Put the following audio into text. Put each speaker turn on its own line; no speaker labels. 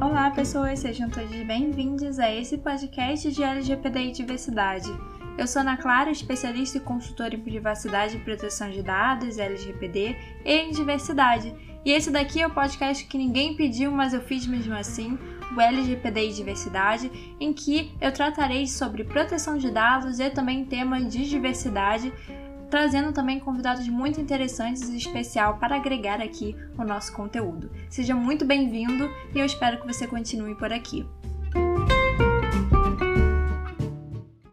Olá pessoas, sejam todos bem-vindos a esse podcast de LGPD e diversidade. Eu sou Ana Clara, especialista e consultora em privacidade e proteção de dados, LGPD e em diversidade. E esse daqui é o podcast que ninguém pediu, mas eu fiz mesmo assim, o LGPD e diversidade, em que eu tratarei sobre proteção de dados e também temas de diversidade, trazendo também convidados muito interessantes e especial para agregar aqui o nosso conteúdo. Seja muito bem-vindo e eu espero que você continue por aqui.